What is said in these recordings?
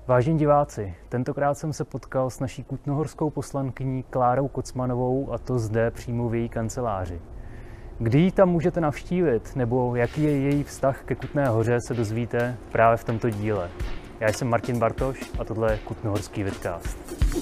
Vážení diváci, tentokrát jsem se potkal s naší kutnohorskou poslankyní Klárou Kocmanovou, a to zde přímo v její kanceláři. Kdy ji tam můžete navštívit, nebo jaký je její vztah ke Kutné Hoře, se dozvíte právě v tomto díle. Já jsem Martin Bartoš a tohle je Kutnohorský vidcast.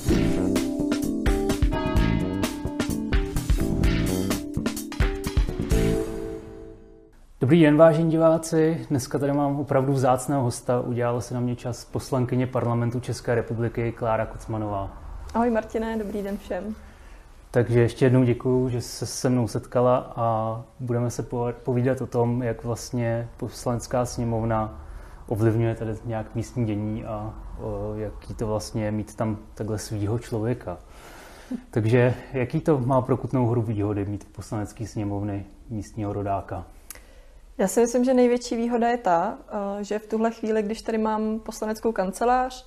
Dobrý den, vážení diváci. Dneska tady mám opravdu vzácného hosta. Udělala se na mě čas poslankyně Parlamentu České republiky Klára Kocmanová. Ahoj Martine, dobrý den všem. Takže ještě jednou děkuju, že jsi se mnou setkala a budeme se povídat o tom, jak vlastně Poslanecká sněmovna ovlivňuje tady nějak místní dění a jaký to vlastně je mít tam takhle svýho člověka. Takže jaký to má pro Kutnou Horu výhody mít v Poslanecké sněmovny místního rodáka? Já si myslím, že největší výhoda je ta, že v tuhle chvíli, když tady mám poslaneckou kancelář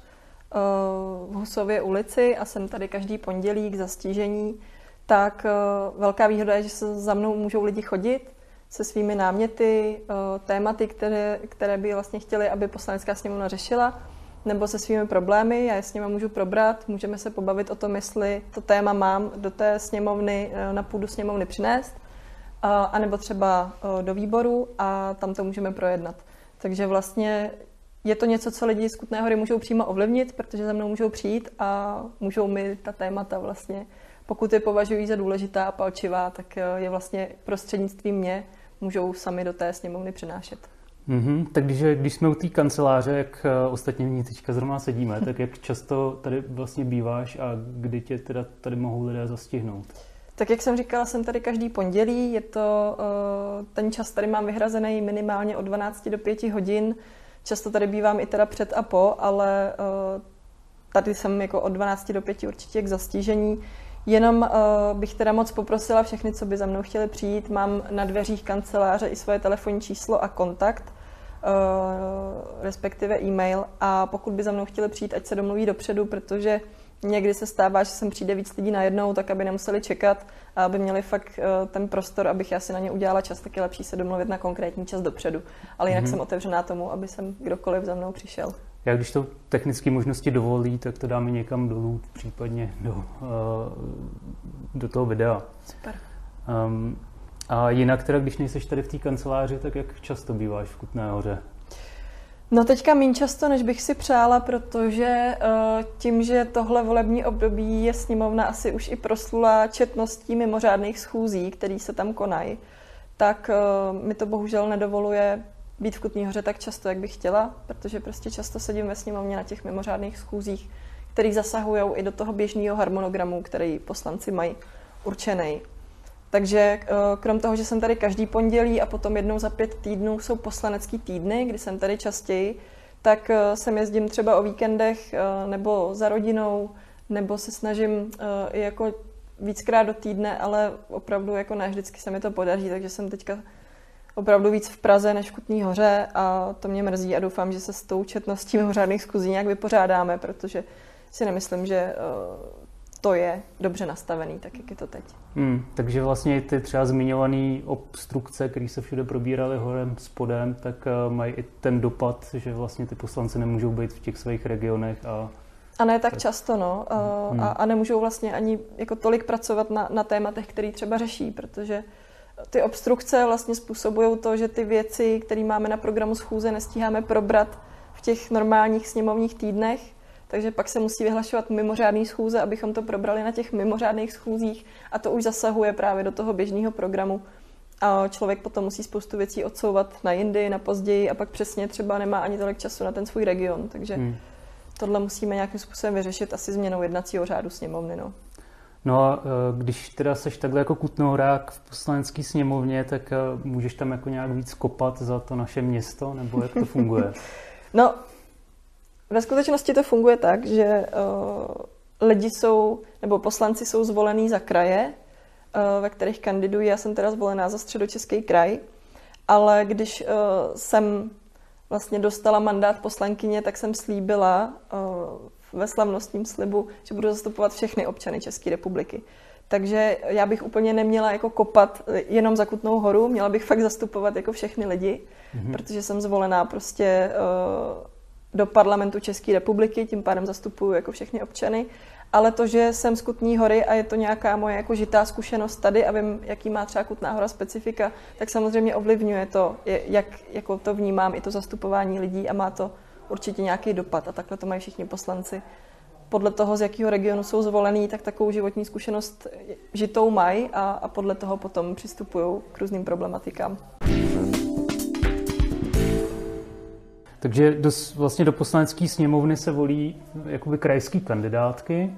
v Husově ulici a jsem tady každý pondělí k zastížení, tak velká výhoda je, že se za mnou můžou lidi chodit se svými náměty, tématy, které by vlastně chtěli, aby Poslanecká sněmovna řešila, nebo se svými problémy. Já je s nimi můžu probrat, můžeme se pobavit o tom, jestli to téma mám do té sněmovny, na půdu sněmovny přinést, anebo třeba do výboru a tam to můžeme projednat. Takže vlastně je to něco, co lidi z Kutné Hory můžou přímo ovlivnit, protože za mnou můžou přijít a můžou mi ta témata vlastně, pokud je považují za důležitá a palčivá, tak je vlastně prostřednictvím mě můžou sami do té sněmovny přinášet. Takže když jsme u té kanceláře, jak ostatně v ní teďka zrovna sedíme, tak jak často tady vlastně býváš a kdy tě teda tady mohou lidé zastihnout? Tak jak jsem říkala, jsem tady každý pondělí, je to, ten čas tady mám vyhrazený minimálně od 12 do 5 hodin, často tady bývám i teda před a po, ale tady jsem jako od 12 do 5 určitě k zastížení. Jenom bych teda moc poprosila všechny, co by za mnou chtěli přijít, mám na dveřích kanceláře i svoje telefonní číslo a kontakt, respektive e-mail, a pokud by za mnou chtěli přijít, ať se domluví dopředu, protože někdy se stává, že sem přijde víc lidí najednou, tak aby nemuseli čekat a aby měli fakt ten prostor, abych já si na ně udělala čas, tak je lepší se domluvit na konkrétní čas dopředu. Ale jinak jsem otevřená tomu, aby sem kdokoliv za mnou přišel. Já když to technické možnosti dovolí, tak to dáme někam dolů, případně do toho videa. Super. A jinak teda, když nejseš tady v té kanceláři, tak jak často býváš v Kutné Hoře? No teďka méně často, než bych si přála, protože tím, že tohle volební období je sněmovna asi už i proslulá četností mimořádných schůzí, které se tam konají, tak mi to bohužel nedovoluje být v Kutné Hoře tak často, jak bych chtěla, protože prostě často sedím ve sněmovně na těch mimořádných schůzích, které zasahují i do toho běžného harmonogramu, který poslanci mají určený. Takže krom toho, že jsem tady každý pondělí a potom jednou za 5 týdnů jsou poslanecký týdny, kdy jsem tady častěji, tak sem jezdím třeba o víkendech nebo za rodinou, nebo se snažím i jako víckrát do týdne, ale opravdu jako ne vždycky se mi to podaří, takže jsem teďka opravdu víc v Praze než v Kutné Hoře a to mě mrzí a doufám, že se s tou četností mimořádných schůzí nějak vypořádáme, protože si nemyslím, že to je dobře nastavený, tak jak je to teď. Takže vlastně ty třeba zmiňované obstrukce, které se všude probíraly horem, spodem, tak mají i ten dopad, že vlastně ty poslanci nemůžou být v těch svých regionech. A ne tak často, no. A nemůžou vlastně ani jako tolik pracovat na tématech, které třeba řeší, protože ty obstrukce vlastně způsobují to, že ty věci, které máme na programu schůze, nestíháme probrat v těch normálních sněmovních týdnech, takže pak se musí vyhlašovat mimořádný schůze, abychom to probrali na těch mimořádných schůzích a to už zasahuje právě do toho běžného programu. A člověk potom musí spoustu věcí odsouvat na jindy, na později a pak přesně třeba nemá ani tolik času na ten svůj region. Takže tohle musíme nějakým způsobem vyřešit asi změnou jednacího řádu sněmovny. No a když teda seš takhle jako kutnohorák v poslanecké sněmovně, tak můžeš tam jako nějak víc kopat za to naše město, nebo jak to funguje? No, ve skutečnosti to funguje tak, že lidi jsou, nebo poslanci jsou zvolení za kraje, ve kterých kandidují. Já jsem teda zvolená za Středočeský kraj, ale když jsem vlastně dostala mandát poslankyně, tak jsem slíbila ve slavnostním slibu, že budu zastupovat všechny občany České republiky. Takže já bych úplně neměla jako kopat jenom za Kutnou Horu, měla bych fakt zastupovat jako všechny lidi, protože jsem zvolená prostě do parlamentu České republiky, tím pádem zastupuju jako všechny občany, ale to, že jsem z Kutní Hory a je to nějaká moje jako žitá zkušenost tady a vím, jaký má třeba Kutná Hora specifika, tak samozřejmě ovlivňuje to, jak jako to vnímám i to zastupování lidí a má to určitě nějaký dopad a takhle to mají všichni poslanci. Podle toho, z jakého regionu jsou zvolení, tak takovou životní zkušenost žitou mají a podle toho potom přistupují k různým problematikám. Takže vlastně do poslanecké sněmovny se volí jakoby krajský kandidátky.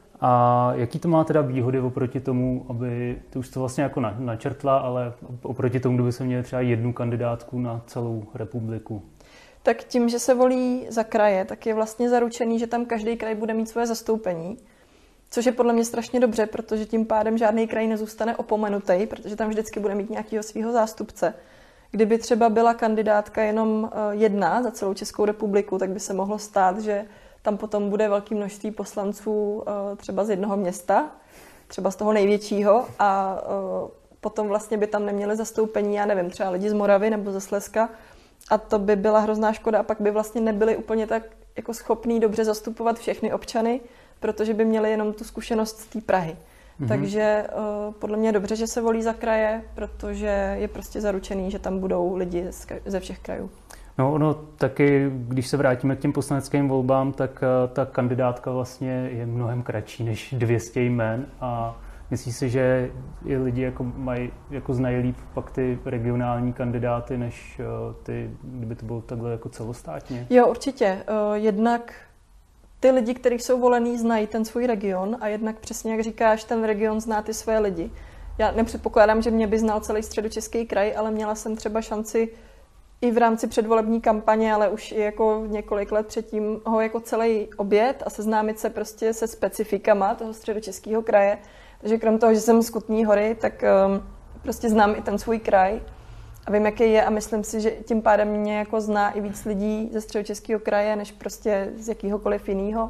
A jaký to má teda výhody oproti tomu, aby, to už to vlastně jako načrtla, ale oproti tomu, kdyby se měli třeba jednu kandidátku na celou republiku? Tak tím, že se volí za kraje, tak je vlastně zaručený, že tam každý kraj bude mít svoje zastoupení, což je podle mě strašně dobře, protože tím pádem žádný kraj nezůstane opomenutý, protože tam vždycky bude mít nějakého svého zástupce. Kdyby třeba byla kandidátka jenom jedna za celou Českou republiku, tak by se mohlo stát, že tam potom bude velké množství poslanců třeba z jednoho města, třeba z toho největšího a potom vlastně by tam neměli zastoupení, já nevím, třeba lidi z Moravy nebo ze Slezska a to by byla hrozná škoda a pak by vlastně nebyli úplně tak jako schopní dobře zastupovat všechny občany, protože by měli jenom tu zkušenost z té Prahy. Takže podle mě je dobře, že se volí za kraje, protože je prostě zaručený, že tam budou lidi ze všech krajů. No ono taky, když se vrátíme k těm poslaneckým volbám, tak ta kandidátka vlastně je mnohem kratší než 200 jmen a myslí si, že i lidi jako znají líp pak ty regionální kandidáty, než ty, kdyby to bylo takhle jako celostátně? Jo, určitě. Jednak ty lidi, kteří jsou volení, znají ten svůj region a jednak přesně jak říkáš, ten region zná ty své lidi. Já nepředpokládám, že mě by znal celý Středočeský kraj, ale měla jsem třeba šanci i v rámci předvolební kampaně, ale už i jako několik let předtím ho jako celý obět a seznámit se prostě se specifikama toho Středočeského kraje. Takže krom toho, že jsem z Kutní Hory, tak prostě znám i ten svůj kraj a vím, jaký je a myslím si, že tím pádem mě jako zná i víc lidí ze Středočeského kraje, než prostě z jakýhokoliv jiného.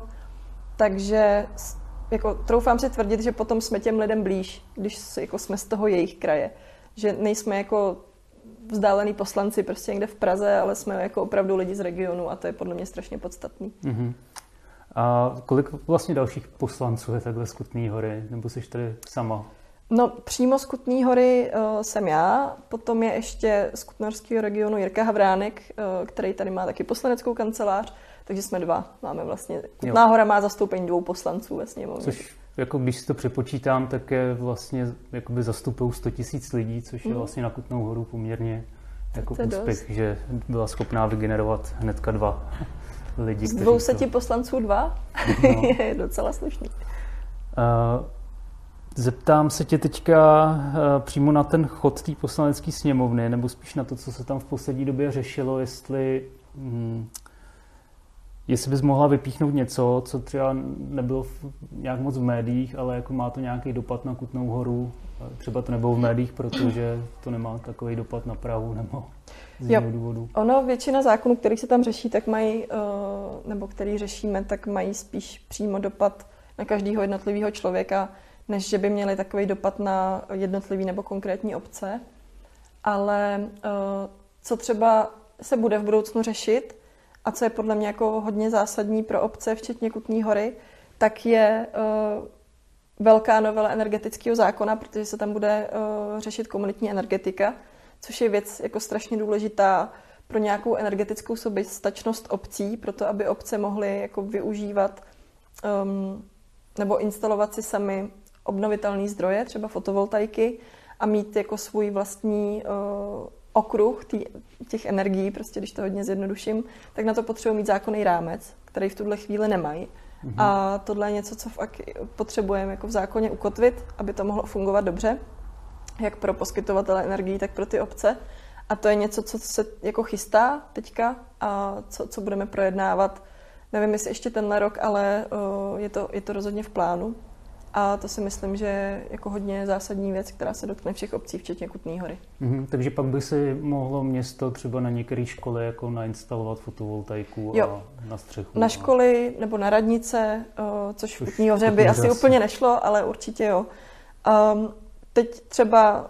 Takže jako troufám si tvrdit, že potom jsme těm lidem blíž, když jako jsme z toho jejich kraje. Že nejsme jako vzdálený poslanci prostě někde v Praze, ale jsme jako opravdu lidi z regionu a to je podle mě strašně podstatný. Mm-hmm. A kolik vlastně dalších poslanců je takhle z Kutné Hory? Nebo jsi tady sama? No přímo z Kutné Hory jsem já, potom je ještě z kutnohorského regionu Jirka Havránek, který tady má taky poslaneckou kancelář, takže jsme dva. Máme vlastně, Kutná Hora má zastoupení 2 poslanců ve sněmovně. Což jako když si to přepočítám, tak je vlastně jakoby zastupují 100 000 lidí, což je vlastně na Kutnou Horu poměrně jako úspěch, že byla schopná vygenerovat hnedka 2 lidi. Z 200 poslanců 2 je docela slušný. Zeptám se tě teďka přímo na ten chod té poslanecké sněmovny, nebo spíš na to, co se tam v poslední době řešilo, jestli bys mohla vypíchnout něco, co třeba nebylo nějak moc v médiích, ale jako má to nějaký dopad na Kutnou Horu. Třeba to nebylo v médiích, protože to nemá takový dopad na Prahu nebo z jiného důvodu. Ono, většina zákonů, který se tam řeší, tak mají, nebo který řešíme, tak mají spíš přímo dopad na každého jednotlivého člověka, než že by měli takový dopad na jednotlivý nebo konkrétní obce. Ale co třeba se bude v budoucnu řešit a co je podle mě jako hodně zásadní pro obce, včetně Kutní Hory, tak je velká novela energetického zákona, protože se tam bude řešit komunitní energetika, což je věc jako strašně důležitá pro nějakou energetickou soběstačnost obcí, proto aby obce mohly jako využívat nebo instalovat si sami obnovitelné zdroje, třeba fotovoltaiky, a mít jako svůj vlastní okruh těch energií, prostě když to hodně zjednoduším, tak na to potřebují mít zákonný rámec, který v tuhle chvíli nemají. Mm-hmm. A tohle je něco, co potřebujeme jako v zákoně ukotvit, aby to mohlo fungovat dobře, jak pro poskytovatele energií, tak pro ty obce. A to je něco, co se jako chystá teďka a co budeme projednávat. Nevím, jestli ještě tenhle rok, ale je to rozhodně v plánu. A to si myslím, že je jako hodně zásadní věc, která se dotkne všech obcí, včetně Kutné Hory. Takže pak by si mohlo město třeba na některé školy jako nainstalovat fotovoltaiku a na střechu? Na školy nebo na radnice, což v Kutné Hoře by asi úplně nešlo, ale určitě jo. Teď třeba,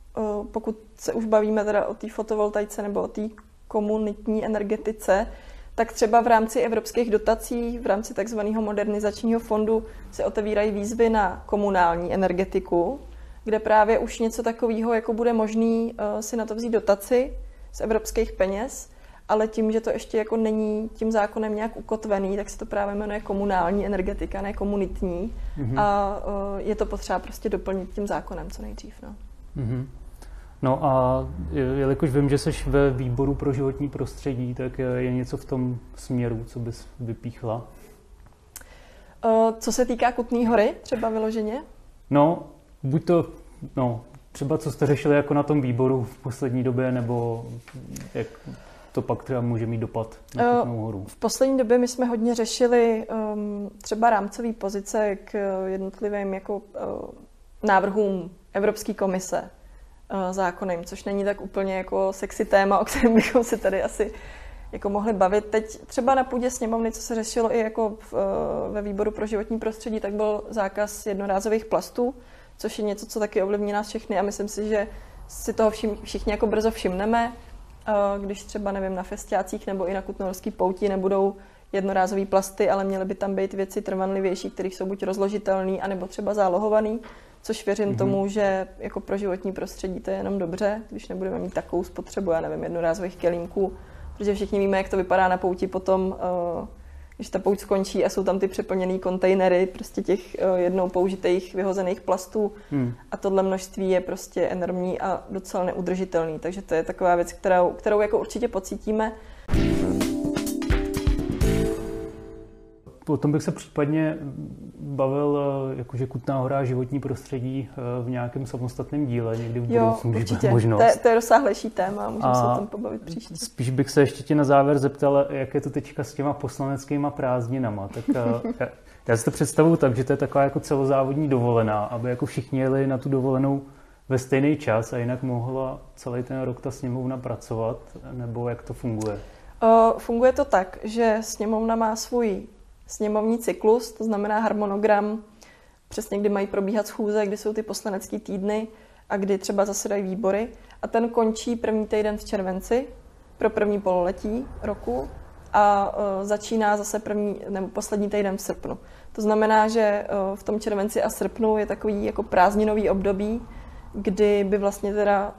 pokud se už bavíme teda o té fotovoltaice nebo o té komunitní energetice, tak třeba v rámci evropských dotací, v rámci takzvaného modernizačního fondu se otevírají výzvy na komunální energetiku, kde právě už něco takového, jako bude možný si na to vzít dotaci z evropských peněz, ale tím, že to ještě jako není tím zákonem nějak ukotvený, tak se to právě jmenuje komunální energetika, ne komunitní. A je to potřeba prostě doplnit tím zákonem co nejdřív. No. No a jelikož vím, že jsi ve výboru pro životní prostředí, tak je něco v tom směru, co bys vypíchla? Co se týká Kutné Hory, třeba vyloženě? No, buď to, třeba co jste řešili jako na tom výboru v poslední době, nebo jak to pak třeba může mít dopad na Kutnou Horu? V poslední době my jsme hodně řešili třeba rámcové pozice k jednotlivým jako, návrhům Evropské komise zákonem, což není tak úplně jako sexy téma, o kterém bychom se tady asi jako mohli bavit. Teď třeba na půdě sněmovny, co se řešilo i jako ve výboru pro životní prostředí, tak byl zákaz jednorázových plastů, což je něco, co taky ovlivní nás všechny a myslím si, že si toho všichni jako brzo všimneme, když třeba, nevím, na festiácích nebo i na Kutnohorský pouti nebudou jednorázové plasty, ale měly by tam být věci trvanlivější, které jsou buď rozložitelné, anebo třeba zálohované, což věřím tomu, že jako pro životní prostředí to je jenom dobře, když nebudeme mít takovou spotřebu, já nevím, jednorázových kelímků, protože všichni víme, jak to vypadá na pouti potom, když ta pouť skončí a jsou tam ty přeplněné kontejnery prostě těch jednou použitých vyhozených plastů a tohle množství je prostě enormní a docela neudržitelný, takže to je taková věc, kterou jako určitě pocítíme. O tom bych se případně bavil, jakože Kutná Hora a životní prostředí v nějakém samostatném díle, někdy v budoucnu, když bude možnost. To je rozsáhlejší téma, můžeme se o tom pobavit příště. Spíš bych se ještě tě na závěr zeptal, jak je to teďka s těma poslaneckýma prázdninama. Tak já si to představuju tak, že to je taková jako celozávodní dovolená, aby jako všichni jeli na tu dovolenou ve stejný čas a jinak mohla celý ten rok ta sněmovna pracovat, nebo jak to funguje? Funguje to tak, že sněmovna má svůj sněmovní cyklus, to znamená harmonogram, přesně kdy mají probíhat schůze, kdy jsou ty poslanecké týdny a kdy třeba zasedají výbory. A ten končí první týden v červenci pro první pololetí roku a začíná zase první nebo poslední týden v srpnu. To znamená, že v tom červenci a srpnu je takový jako prázdninový období, kdy by vlastně teda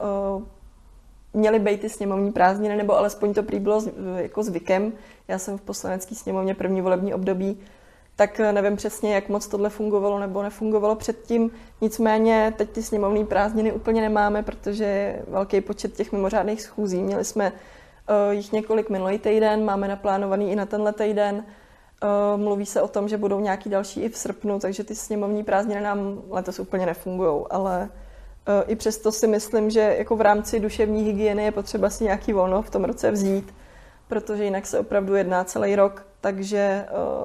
měly být ty sněmovní prázdniny, nebo alespoň to prý bylo jako zvykem. Já jsem v poslanecké sněmovně první volební období, tak nevím přesně, jak moc tohle fungovalo nebo nefungovalo předtím. Nicméně teď ty sněmovní prázdniny úplně nemáme, protože je velký počet těch mimořádných schůzí. Měli jsme jich několik minulý týden, máme naplánovaný i na tenhle týden. Mluví se o tom, že budou nějaký další i v srpnu, takže ty sněmovní prázdniny nám letos úplně nefungujou, ale i přesto si myslím, že jako v rámci duševní hygieny je potřeba si nějaký volno v tom roce vzít, protože jinak se opravdu jedná celý rok. Takže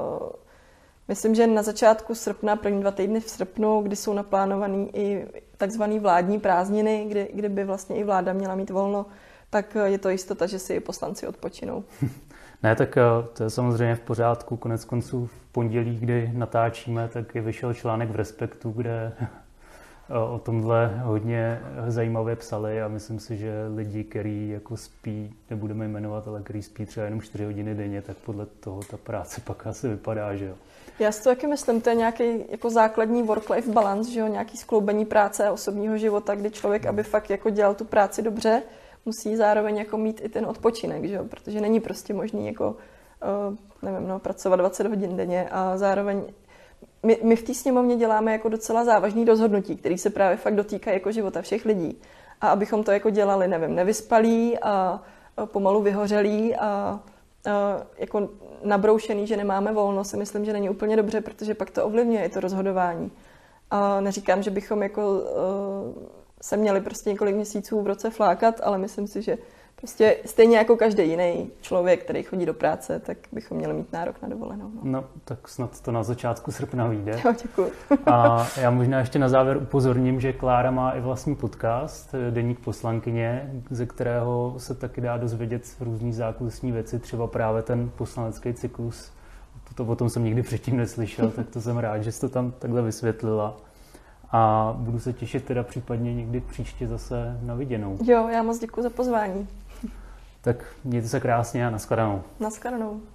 myslím, že na začátku srpna, první 2 týdny v srpnu, kdy jsou naplánovaný i takzvaný vládní prázdniny, kdy by vlastně i vláda měla mít volno, tak je to jistota, že si poslanci odpočinou. Ne, tak to je samozřejmě v pořádku. Konec konců v pondělí, kdy natáčíme, tak je vyšel článek v Respektu, kde o tomhle hodně zajímavě psali a myslím si, že lidi, kteří jako spí, nebudeme jmenovat, ale kteří spí třeba jenom 4 hodiny denně, tak podle toho ta práce pak asi vypadá, že jo. Já si to taky myslím, to je nějaký jako základní work-life balance, že jo, nějaký skloubení práce a osobního života, kdy člověk, aby fakt jako dělal tu práci dobře, musí zároveň jako mít i ten odpočinek, že jo, protože není prostě možný jako, pracovat 20 hodin denně a zároveň my v té sněmovně děláme jako docela závažný rozhodnutí, který se právě fakt dotýká jako života všech lidí. A abychom to jako dělali, nevyspalí a pomalu vyhořelí a jako nabroušený, že nemáme volno, si myslím, že není úplně dobře, protože pak to ovlivňuje i to rozhodování. A neříkám, že bychom jako se měli prostě několik měsíců v roce flákat, ale myslím si, že prostě stejně jako každý jiný člověk, který chodí do práce, tak bychom měli mít nárok na dovolenou. No, tak snad to na začátku srpna vyjde. Jo, děkuji. A já možná ještě na závěr upozorním, že Klára má i vlastní podcast, Deník poslankyně, ze kterého se taky dá dozvědět různý zákulisní věci, třeba právě ten poslanecký cyklus. O tom jsem nikdy předtím neslyšel, tak to jsem rád, že jsi to tam takhle vysvětlila. A budu se těšit teda případně někdy příště zase na viděnou. Jo, já moc děkuji za pozvání. Tak mějte se krásně a nashledanou. Nashledanou.